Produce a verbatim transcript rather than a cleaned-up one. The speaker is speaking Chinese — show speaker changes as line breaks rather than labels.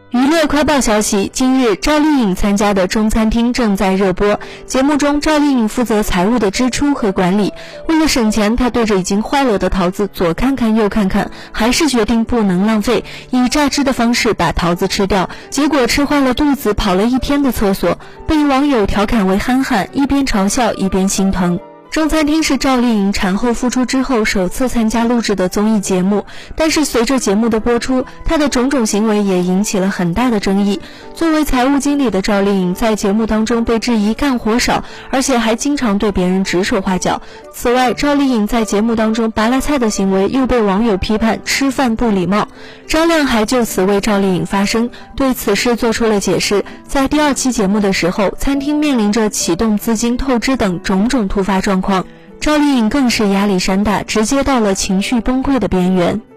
娱乐快报消息，今日赵丽颖参加的中餐厅正在热播。节目中，赵丽颖负责财务的支出和管理。为了省钱，她对着已经坏了的桃子左看看右看看，还是决定不能浪费，以榨汁的方式把桃子吃掉。结果吃坏了肚子，跑了一天的厕所，被网友调侃为憨憨，一边嘲笑一边心疼。中餐厅是赵丽颖产后复出之后首次参加录制的综艺节目，但是随着节目的播出，她的种种行为也引起了很大的争议。作为财务经理的赵丽颖在节目当中被质疑干活少，而且还经常对别人指手画脚。此外，赵丽颖在节目当中拔辣菜的行为又被网友批判吃饭不礼貌。张亮还就此为赵丽颖发声，对此事做出了解释。在第二期节目的时候，餐厅面临着启动资金透支等种种突发状况，赵丽颖更是压力山大，直接到了情绪崩溃的边缘。